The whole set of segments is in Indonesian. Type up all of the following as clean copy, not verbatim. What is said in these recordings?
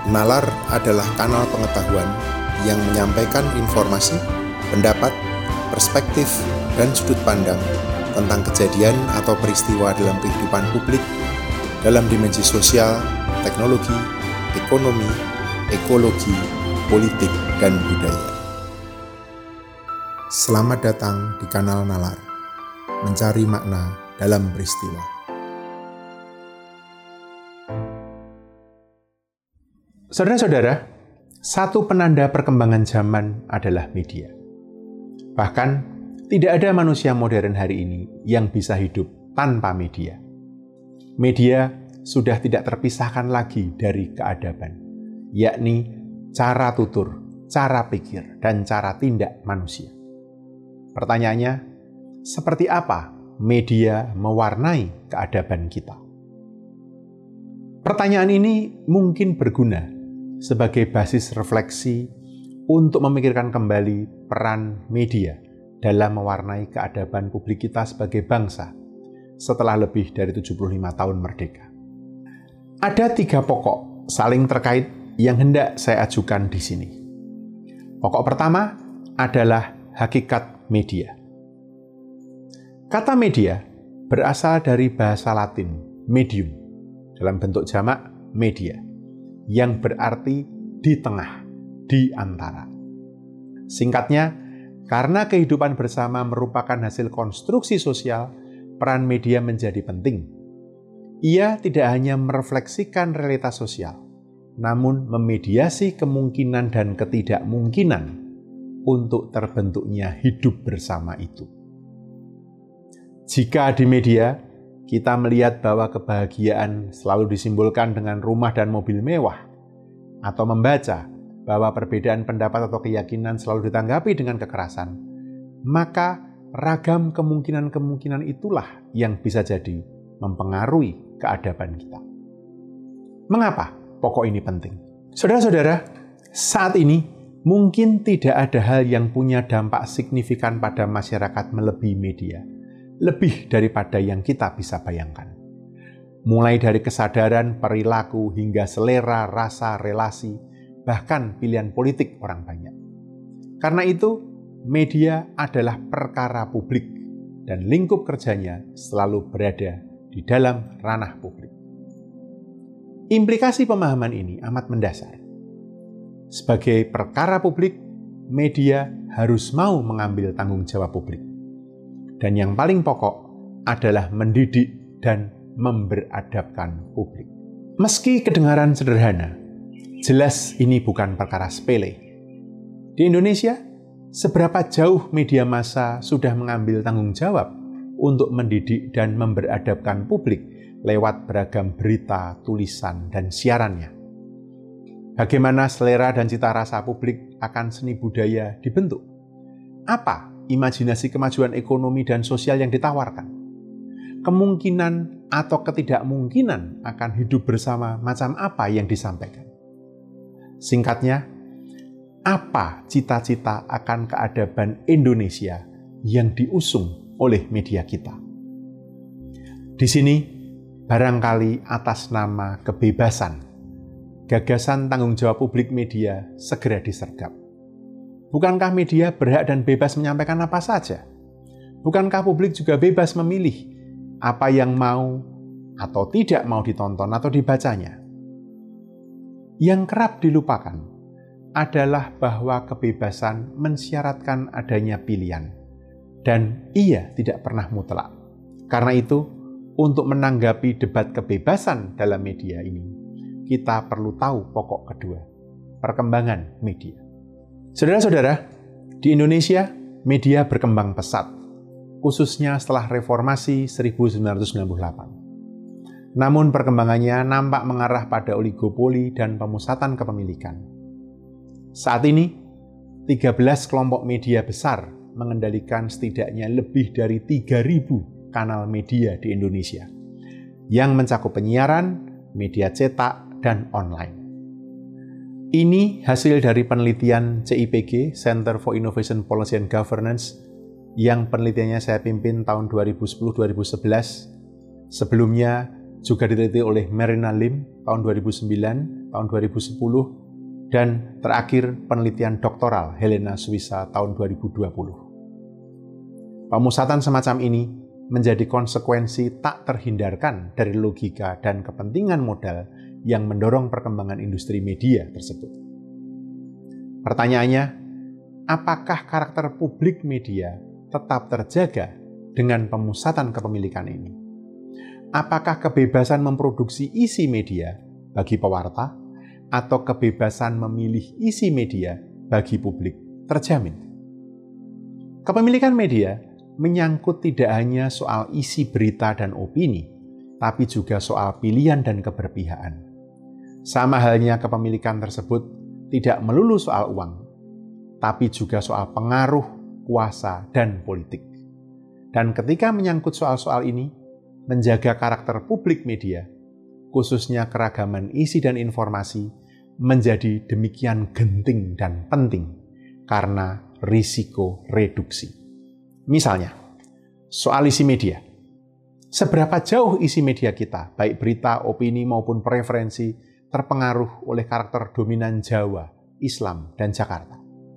Nalar adalah kanal pengetahuan yang menyampaikan informasi, pendapat, perspektif, dan sudut pandang tentang kejadian atau peristiwa dalam kehidupan publik, dalam dimensi sosial, teknologi, ekonomi, ekologi, politik, dan budaya. Selamat datang di kanal Nalar, mencari makna dalam peristiwa. Saudara-saudara, satu penanda perkembangan zaman adalah media. Bahkan, tidak ada manusia modern hari ini yang bisa hidup tanpa media. Media sudah tidak terpisahkan lagi dari keadaban, yakni cara tutur, cara pikir, dan cara tindak manusia. Pertanyaannya, seperti apa media mewarnai keadaban kita? Pertanyaan ini mungkin berguna sebagai basis refleksi untuk memikirkan kembali peran media dalam mewarnai keadaban publik kita sebagai bangsa setelah lebih dari 75 tahun merdeka. Ada 3 pokok saling terkait yang hendak saya ajukan di sini. Pokok pertama adalah hakikat media. Kata media berasal dari bahasa Latin medium dalam bentuk jamak media, yang berarti di tengah, di antara. Singkatnya, karena kehidupan bersama merupakan hasil konstruksi sosial, peran media menjadi penting. Ia tidak hanya merefleksikan realitas sosial, namun memediasi kemungkinan dan ketidakmungkinan untuk terbentuknya hidup bersama itu. Jika di media, kita melihat bahwa kebahagiaan selalu disimbolkan dengan rumah dan mobil mewah, atau membaca bahwa perbedaan pendapat atau keyakinan selalu ditanggapi dengan kekerasan, maka ragam kemungkinan-kemungkinan itulah yang bisa jadi mempengaruhi keadaban kita. Mengapa pokok ini penting? Saudara-saudara, saat ini mungkin tidak ada hal yang punya dampak signifikan pada masyarakat melebihi media, lebih daripada yang kita bisa bayangkan. Mulai dari kesadaran, perilaku, hingga selera, rasa, relasi, bahkan pilihan politik orang banyak. Karena itu, media adalah perkara publik dan lingkup kerjanya selalu berada di dalam ranah publik. Implikasi pemahaman ini amat mendasar. Sebagai perkara publik, media harus mau mengambil tanggung jawab publik. Dan yang paling pokok adalah mendidik dan memberadabkan publik. Meski kedengaran sederhana, jelas ini bukan perkara sepele. Di Indonesia, seberapa jauh media massa sudah mengambil tanggung jawab untuk mendidik dan memberadabkan publik lewat beragam berita, tulisan, dan siarannya. Bagaimana selera dan cita rasa publik akan seni budaya dibentuk? Apa imajinasi kemajuan ekonomi dan sosial yang ditawarkan? Kemungkinan atau ketidakmungkinan akan hidup bersama macam apa yang disampaikan? Singkatnya, apa cita-cita akan keadaban Indonesia yang diusung oleh media kita? Di sini, barangkali atas nama kebebasan, gagasan tanggung jawab publik media segera disergap. Bukankah media berhak dan bebas menyampaikan apa saja? Bukankah publik juga bebas memilih apa yang mau atau tidak mau ditonton atau dibacanya? Yang kerap dilupakan adalah bahwa kebebasan mensyaratkan adanya pilihan, dan ia tidak pernah mutlak. Karena itu, untuk menanggapi debat kebebasan dalam media ini, kita perlu tahu pokok kedua, perkembangan media. Saudara-saudara, di Indonesia, media berkembang pesat, khususnya setelah reformasi 1998. Namun perkembangannya nampak mengarah pada oligopoli dan pemusatan kepemilikan. Saat ini, 13 kelompok media besar mengendalikan setidaknya lebih dari 3.000 kanal media di Indonesia, yang mencakup penyiaran, media cetak, dan online. Ini hasil dari penelitian CIPG, Center for Innovation Policy and Governance, yang penelitiannya saya pimpin tahun 2010-2011. Sebelumnya juga diteliti oleh Marina Lim tahun 2009 tahun 2010, dan terakhir penelitian doktoral Helena Suissa tahun 2020. Pemusatan semacam ini menjadi konsekuensi tak terhindarkan dari logika dan kepentingan modal yang mendorong perkembangan industri media tersebut. Pertanyaannya, apakah karakter publik media tetap terjaga dengan pemusatan kepemilikan ini? Apakah kebebasan memproduksi isi media bagi pewarta atau kebebasan memilih isi media bagi publik terjamin? Kepemilikan media menyangkut tidak hanya soal isi berita dan opini, tapi juga soal pilihan dan keberpihakan. Sama halnya kepemilikan tersebut tidak melulu soal uang, tapi juga soal pengaruh, kuasa, dan politik. Dan ketika menyangkut soal-soal ini, menjaga karakter publik media, khususnya keragaman isi dan informasi, menjadi demikian genting dan penting karena risiko reduksi. Misalnya, soal isi media. Seberapa jauh isi media kita, baik berita, opini, maupun preferensi, terpengaruh oleh karakter dominan Jawa, Islam, dan Jakarta?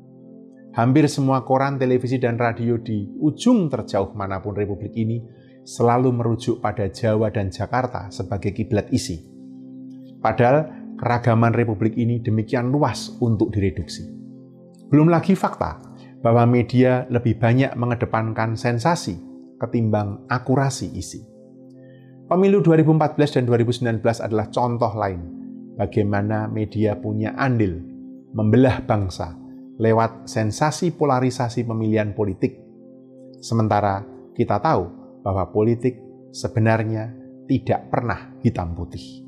Hampir semua koran, televisi, dan radio di ujung terjauh manapun Republik ini selalu merujuk pada Jawa dan Jakarta sebagai kiblat isi. Padahal keragaman Republik ini demikian luas untuk direduksi. Belum lagi fakta bahwa media lebih banyak mengedepankan sensasi ketimbang akurasi isi. Pemilu 2014 dan 2019 adalah contoh lain bagaimana media punya andil membelah bangsa lewat sensasi polarisasi pemilihan politik. Sementara kita tahu bahwa politik sebenarnya tidak pernah hitam putih.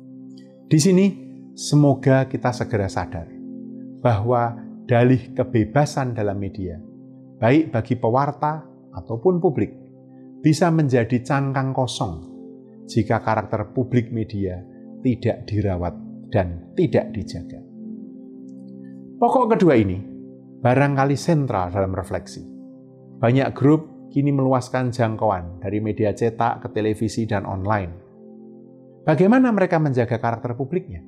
Di sini, semoga kita segera sadar bahwa dalih kebebasan dalam media, baik bagi pewarta ataupun publik, bisa menjadi cangkang kosong jika karakter publik media tidak dirawat dan tidak dijaga. Pokok kedua ini barangkali sentral dalam refleksi. Banyak grup kini meluaskan jangkauan dari media cetak ke televisi dan online. Bagaimana mereka menjaga karakter publiknya?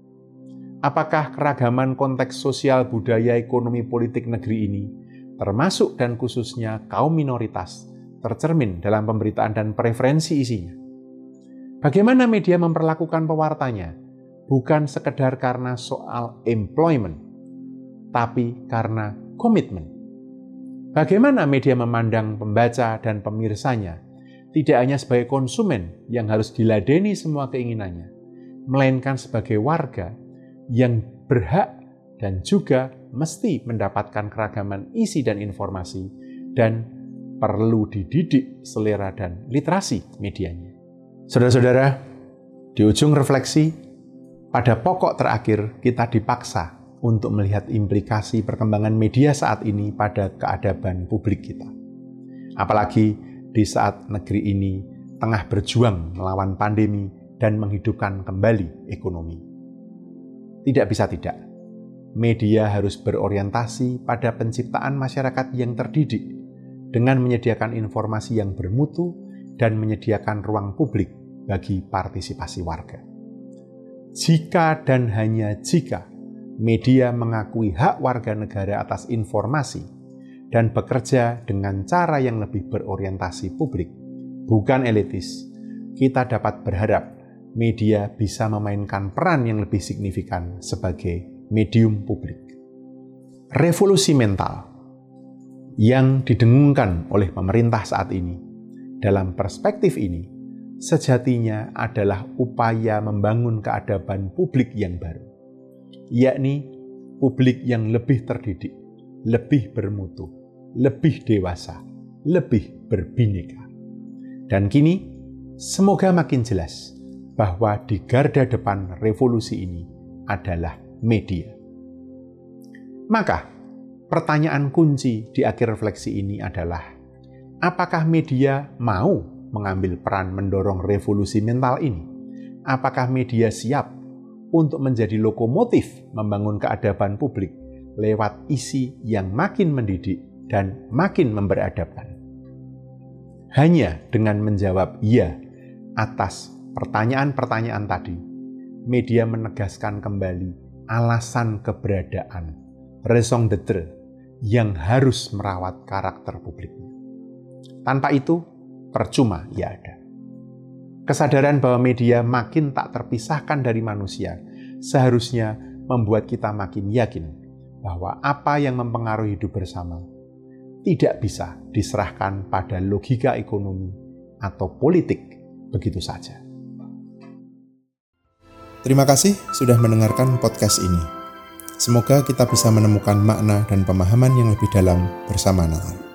Apakah keragaman konteks sosial, budaya, ekonomi, politik negeri ini, termasuk dan khususnya kaum minoritas, tercermin dalam pemberitaan dan preferensi isinya? Bagaimana media memperlakukan pewartanya, bukan sekedar karena soal employment, tapi karena komitmen? Bagaimana media memandang pembaca dan pemirsanya, tidak hanya sebagai konsumen yang harus diladeni semua keinginannya, melainkan sebagai warga yang berhak dan juga mesti mendapatkan keragaman isi dan informasi dan perlu dididik selera dan literasi medianya. Saudara-saudara, di ujung refleksi, pada pokok terakhir kita dipaksa untuk melihat implikasi perkembangan media saat ini pada keadaban publik kita. Apalagi di saat negeri ini tengah berjuang melawan pandemi dan menghidupkan kembali ekonomi. Tidak bisa tidak, media harus berorientasi pada penciptaan masyarakat yang terdidik dengan menyediakan informasi yang bermutu dan menyediakan ruang publik bagi partisipasi warga. Jika dan hanya jika media mengakui hak warga negara atas informasi dan bekerja dengan cara yang lebih berorientasi publik, bukan elitis, kita dapat berharap media bisa memainkan peran yang lebih signifikan sebagai medium publik. Revolusi mental yang didengungkan oleh pemerintah saat ini, dalam perspektif ini, sejatinya adalah upaya membangun keadaban publik yang baru, yakni publik yang lebih terdidik, lebih bermutu, lebih dewasa, lebih berbineka. Dan kini, semoga makin jelas bahwa di garda depan revolusi ini adalah media. Maka, pertanyaan kunci di akhir refleksi ini adalah, apakah media mau mengambil peran mendorong revolusi mental ini? Apakah media siap untuk menjadi lokomotif membangun keadaban publik lewat isi yang makin mendidik dan makin memberadabkan? Hanya dengan menjawab iya atas pertanyaan-pertanyaan tadi, media menegaskan kembali alasan keberadaan, raison d'être, yang harus merawat karakter publiknya. Tanpa itu, percuma ia ada. Kesadaran bahwa media makin tak terpisahkan dari manusia seharusnya membuat kita makin yakin bahwa apa yang mempengaruhi hidup bersama tidak bisa diserahkan pada logika ekonomi atau politik begitu saja. Terima kasih sudah mendengarkan podcast ini. Semoga kita bisa menemukan makna dan pemahaman yang lebih dalam bersama Natal.